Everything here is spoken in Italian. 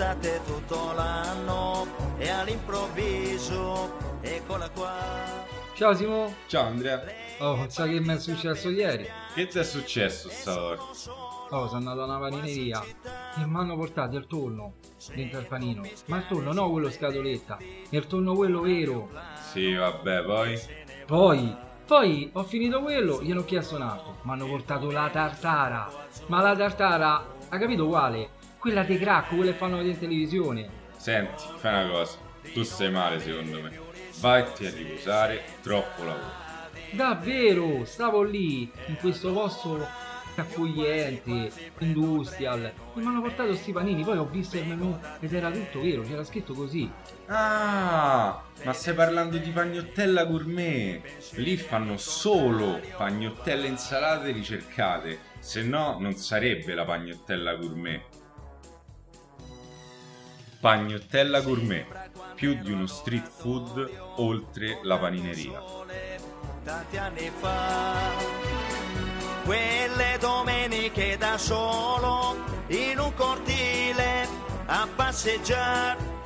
l'estate tutto l'anno e all'improvviso eccola qua. Ciao Simo. Ciao Andrea. Oh, sai che mi è successo ieri? Che ti è successo stavolta? Oh, sono andato a una panineria e mi hanno portato il tonno dentro al panino. Ma il tonno no quello scatoletta, il tonno quello vero. Sì, vabbè, poi? Poi ho finito quello, gliene ho chiesto un altro. Mi hanno portato la tartara. Ma la tartara, ha capito quale? Quella dei crack, quelle che fanno vedere in televisione. Senti, fai una cosa. Tu stai male secondo me. Vattene a riposare, troppo lavoro. Davvero, stavo lì, in questo posto accogliente, industrial, e mi hanno portato sti panini, poi ho visto il menù ed era tutto vero, c'era scritto così. Ah, ma stai parlando di pagnottella gourmet? Lì fanno solo pagnottelle insalate ricercate, se no non sarebbe la pagnottella gourmet. Pagnottella gourmet, più di uno street food oltre la panineria. Tanti anni fa, quelle domeniche da solo in un cortile a passeggiare